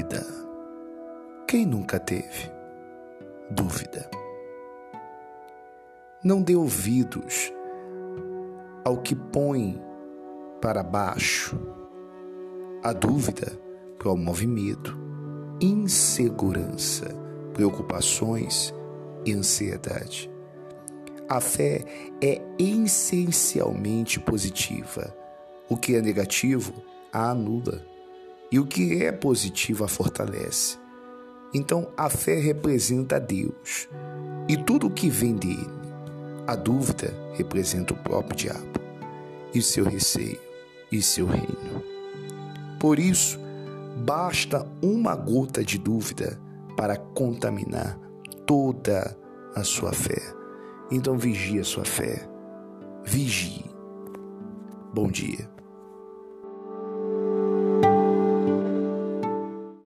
dúvida. Quem nunca teve dúvida? Não dê ouvidos ao que põe para baixo. A dúvida promove medo, insegurança, preocupações e ansiedade. A fé é essencialmente positiva. O que é negativo a anula e o que é positivo a fortalece. Então, a fé representa Deus e tudo o que vem dele. A dúvida representa o próprio diabo e seu receio e seu reino. Por isso, basta uma gota de dúvida para contaminar toda a sua fé. Então, vigie a sua fé. Vigie. Bom dia.